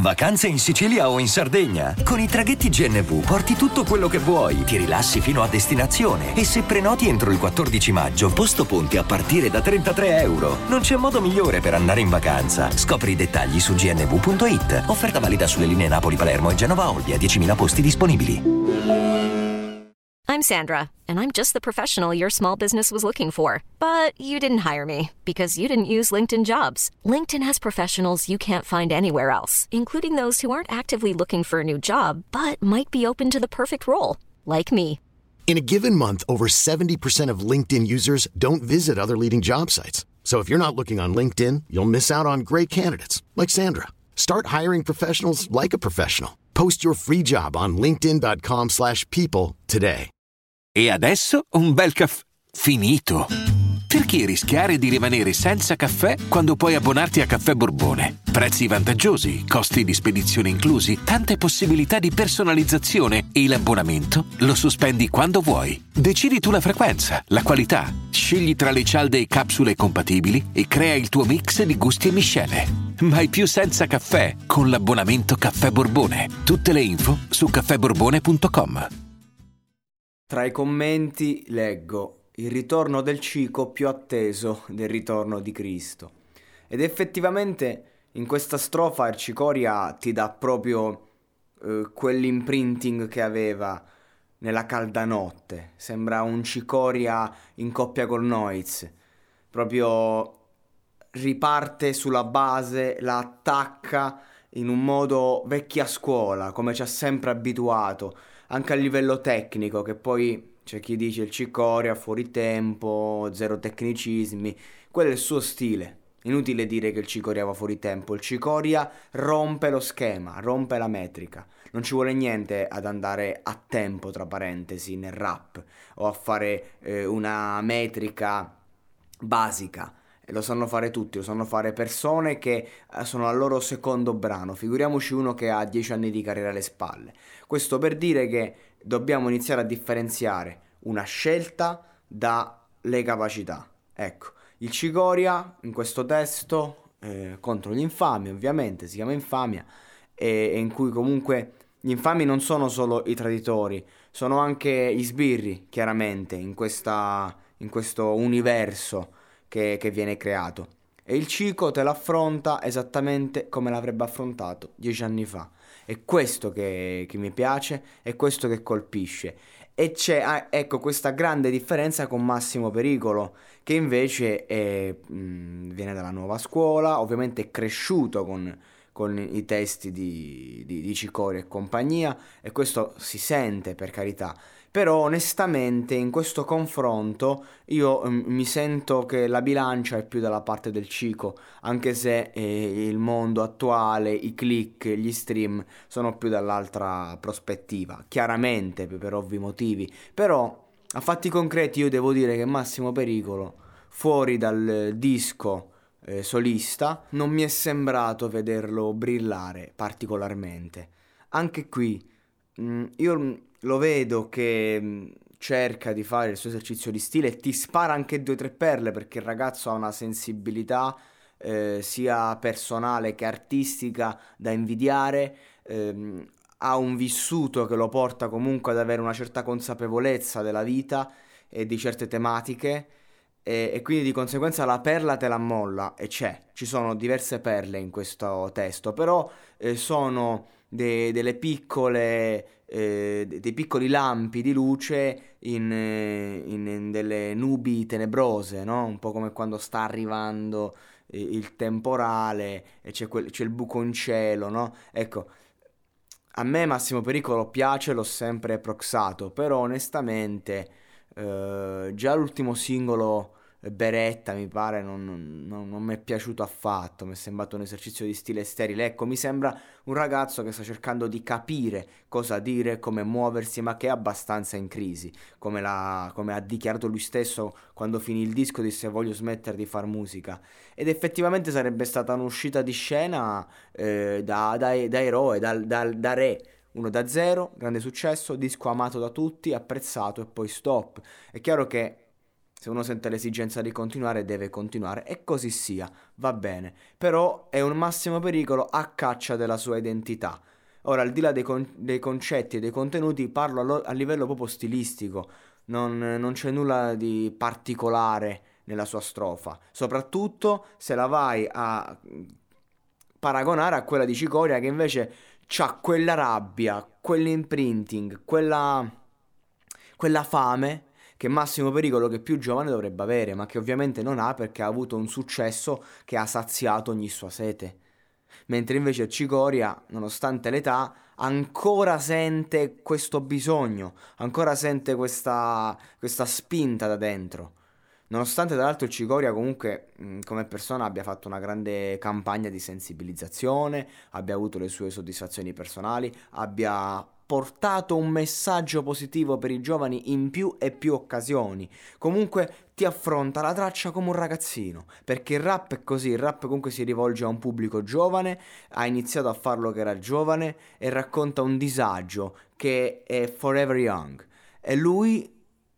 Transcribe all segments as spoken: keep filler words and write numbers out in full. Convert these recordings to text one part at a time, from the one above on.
Vacanze in Sicilia o in Sardegna? Con i traghetti G N V porti tutto quello che vuoi, ti rilassi fino a destinazione e se prenoti entro il quattordici maggio, posto ponti a partire da trentatré euro. Non c'è modo migliore per andare in vacanza. Scopri i dettagli su g n v punto i t. Offerta valida sulle linee Napoli-Palermo e Genova-Olbia, diecimila posti disponibili. I'm Sandra, and I'm just the professional your small business was looking for. But you didn't hire me because you didn't use LinkedIn Jobs. LinkedIn has professionals you can't find anywhere else, including those who aren't actively looking for a new job, but might be open to the perfect role, like me. In a given month, over seventy percent of LinkedIn users don't visit other leading job sites. So if you're not looking on LinkedIn, you'll miss out on great candidates like Sandra. Start hiring professionals like a professional. Post your free job on linkedin dot com slash people today. E adesso un bel caffè finito. Perché rischiare di rimanere senza caffè quando puoi abbonarti a Caffè Borbone? Prezzi vantaggiosi, costi di spedizione inclusi, tante possibilità di personalizzazione e l'abbonamento lo sospendi quando vuoi. Decidi tu la frequenza, la qualità, scegli tra le cialde e capsule compatibili e crea il tuo mix di gusti e miscele. Mai più senza caffè con l'abbonamento Caffè Borbone. Tutte le info su caffè borbone punto com. Tra i commenti leggo: il ritorno del Cico più atteso del ritorno di Cristo. Ed effettivamente in questa strofa il Cicoria ti dà proprio eh, quell'imprinting che aveva nella calda notte. Sembra un Cicoria in coppia col Noiz. Proprio riparte sulla base, la attacca in un modo vecchia scuola, come ci ha sempre abituato, anche a livello tecnico, che poi c'è chi dice il Cicoria fuori tempo, zero tecnicismi. Quello è il suo stile. Inutile dire che il Cicoria va fuori tempo. Il Cicoria rompe lo schema, rompe la metrica. Non ci vuole niente ad andare a tempo, tra parentesi, nel rap, o a fare eh, una metrica basica. E lo sanno fare tutti, lo sanno fare persone che sono al loro secondo brano. Figuriamoci uno che ha dieci anni di carriera alle spalle. Questo per dire che dobbiamo iniziare a differenziare una scelta dalle capacità. Ecco, il Cicoria in questo testo, eh, contro gli infami ovviamente, si chiama Infamia, e, e in cui comunque gli infami non sono solo i traditori, sono anche gli sbirri, chiaramente, in, questa, in questo universo che, che viene creato. E il Cico te l'affronta esattamente come l'avrebbe affrontato dieci anni fa. È questo che, che mi piace, è questo che colpisce. E c'è, ah, ecco, questa grande differenza con Massimo Pericolo, che invece è, mh, viene dalla nuova scuola, ovviamente è cresciuto con, con i testi di, di, di Cicoria e compagnia, e questo si sente, per carità. Però onestamente in questo confronto io mm, mi sento che la bilancia è più dalla parte del Cico, anche se eh, il mondo attuale, i click, gli stream sono più dall'altra prospettiva, chiaramente per, per ovvi motivi. Però a fatti concreti io devo dire che Massimo Pericolo, fuori dal disco eh, solista, non mi è sembrato vederlo brillare particolarmente. Anche qui mh, io lo vedo che mh, cerca di fare il suo esercizio di stile e ti spara anche due o tre perle, perché il ragazzo ha una sensibilità eh, sia personale che artistica da invidiare, ehm, ha un vissuto che lo porta comunque ad avere una certa consapevolezza della vita e di certe tematiche, e, e quindi di conseguenza la perla te la molla, e c'è, ci sono diverse perle in questo testo, però eh, sono de- delle piccole eh, dei piccoli lampi di luce in, eh, in, in delle nubi tenebrose, no? Un po' come quando sta arrivando eh, il temporale e c'è, quel, c'è il buco in cielo, no? Ecco, a me Massimo Pericolo piace, l'ho sempre proxato, però onestamente eh, già l'ultimo singolo, Beretta, mi pare, non, non, non mi è piaciuto affatto, mi è sembrato un esercizio di stile sterile. Ecco, mi sembra un ragazzo che sta cercando di capire cosa dire, come muoversi, ma che è abbastanza in crisi, come, la, come ha dichiarato lui stesso quando finì il disco, disse voglio smettere di far musica, ed effettivamente sarebbe stata un'uscita di scena eh, da, da, da eroe, da, da, da re. Uno da zero, grande successo, disco amato da tutti, apprezzato, e poi stop. È chiaro che Se uno sente l'esigenza di continuare, deve continuare, e così sia, va bene. Però è un massimo pericolo a caccia della sua identità. Ora, al di là dei, con- dei concetti e dei contenuti, parlo allo- a livello proprio stilistico. Non, non c'è nulla di particolare nella sua strofa, soprattutto se la vai a paragonare a quella di Cicoria, che invece c'ha quella rabbia, quell'imprinting, quella, quella fame che Massimo Pericolo, che più giovane, dovrebbe avere, ma che ovviamente non ha perché ha avuto un successo che ha saziato ogni sua sete. Mentre invece Cicoria, nonostante l'età, ancora sente questo bisogno, ancora sente questa, questa spinta da dentro. Nonostante tra l'altro il Cicoria comunque mh, come persona abbia fatto una grande campagna di sensibilizzazione, abbia avuto le sue soddisfazioni personali, abbia portato un messaggio positivo per i giovani in più e più occasioni. Comunque ti affronta la traccia come un ragazzino, perché il rap è così, il rap comunque si rivolge a un pubblico giovane, ha iniziato a farlo che era giovane e racconta un disagio che è forever young, e lui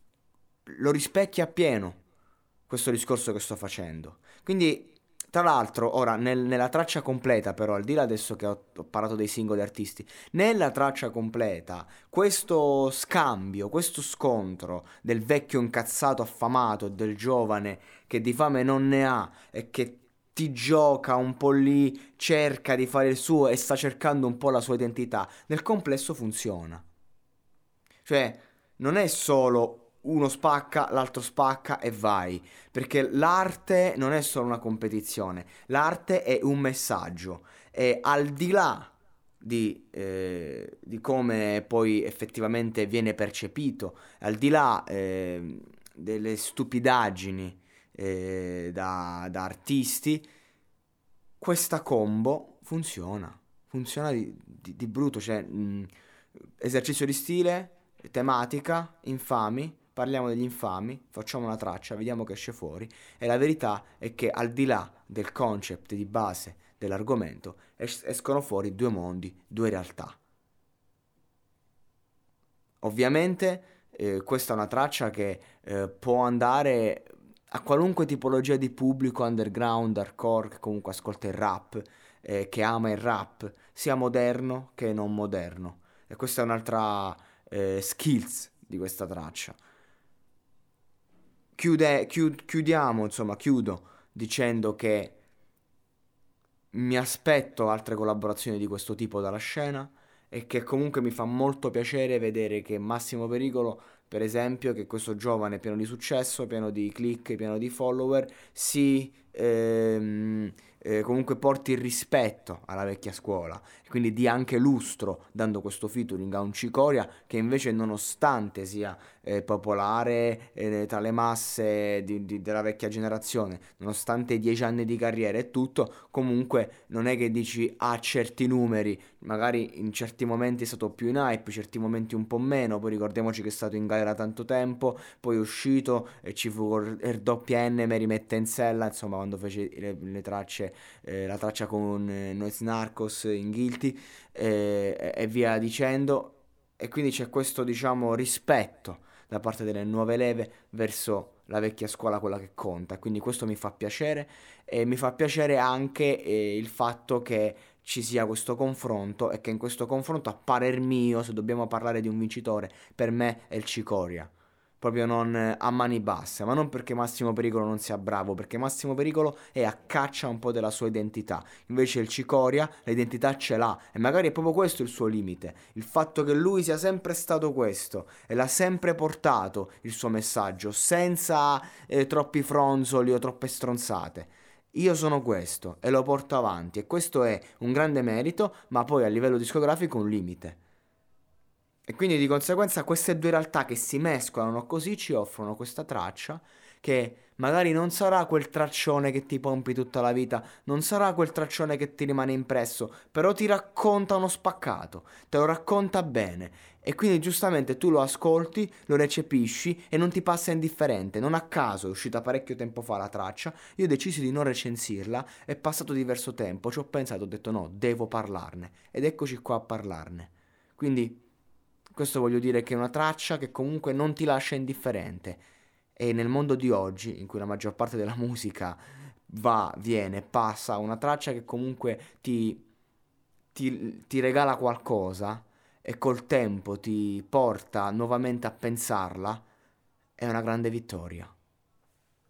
lo rispecchia appieno questo discorso che sto facendo. Quindi, tra l'altro, ora nel- nella traccia completa, però, al di là adesso che ho, ho parlato dei singoli artisti, nella traccia completa, questo scambio, questo scontro del vecchio incazzato affamato e del giovane che di fame non ne ha e che ti gioca un po' lì, cerca di fare il suo e sta cercando un po' la sua identità, nel complesso funziona. Cioè, non è solo uno spacca, l'altro spacca e vai, perché l'arte non è solo una competizione, l'arte è un messaggio e al di là di, eh, di come poi effettivamente viene percepito, al di là eh, delle stupidaggini eh, da, da artisti, questa combo funziona, funziona di, di, di brutto, cioè mh, esercizio di stile, tematica, infami, parliamo degli infami, facciamo una traccia, vediamo che esce fuori, e la verità è che al di là del concept di base dell'argomento es- escono fuori due mondi, due realtà. Ovviamente eh, questa è una traccia che eh, può andare a qualunque tipologia di pubblico underground, hardcore, che comunque ascolta il rap, eh, che ama il rap, sia moderno che non moderno. E questa è un'altra eh, skills di questa traccia. Chiude, chiud- chiudiamo, insomma, chiudo dicendo che mi aspetto altre collaborazioni di questo tipo dalla scena e che comunque mi fa molto piacere vedere che Massimo Pericolo, per esempio, che questo giovane pieno di successo, pieno di click, pieno di follower, si ehm, eh, comunque porti il rispetto alla vecchia scuola, e quindi dia anche lustro dando questo featuring a un Cicoria che invece, nonostante sia eh, popolare eh, tra le masse di- di- della vecchia generazione, nonostante i dieci anni di carriera e tutto, comunque non è che dici ha certi numeri, magari in certi momenti è stato più in hype, certi momenti un po' meno, poi ricordiamoci che è stato in galera tanto tempo, poi è uscito e ci fu il doppia N, mi rimette in sella, insomma, quando fece le, le tracce, eh, la traccia con eh, Noise Narcos in Guilty eh, e, e via dicendo, e quindi c'è questo, diciamo, rispetto da parte delle nuove leve verso la vecchia scuola, quella che conta, quindi questo mi fa piacere. E mi fa piacere anche eh, il fatto che ci sia questo confronto e che in questo confronto, a parer mio, se dobbiamo parlare di un vincitore, per me è il Cicoria. Proprio non eh, a mani basse, ma non perché Massimo Pericolo non sia bravo, perché Massimo Pericolo è a caccia un po' della sua identità. Invece il Cicoria l'identità ce l'ha e magari è proprio questo il suo limite, il fatto che lui sia sempre stato questo e l'ha sempre portato il suo messaggio senza eh, troppi fronzoli o troppe stronzate. Io sono questo e lo porto avanti, e questo è un grande merito, ma poi a livello discografico un limite. E quindi di conseguenza queste due realtà che si mescolano così ci offrono questa traccia che magari non sarà quel traccione che ti pompi tutta la vita, non sarà quel traccione che ti rimane impresso, però ti racconta uno spaccato, te lo racconta bene, e quindi giustamente tu lo ascolti, lo recepisci e non ti passa indifferente. Non a caso è uscita parecchio tempo fa la traccia, io ho deciso di non recensirla, è passato diverso tempo, ci ho pensato, ho detto no, devo parlarne, ed eccoci qua a parlarne. Quindi questo voglio dire che è una traccia che comunque non ti lascia indifferente E nel mondo di oggi, in cui la maggior parte della musica va, viene, passa, una traccia che comunque ti, ti, ti regala qualcosa e col tempo ti porta nuovamente a pensarla, è una grande vittoria.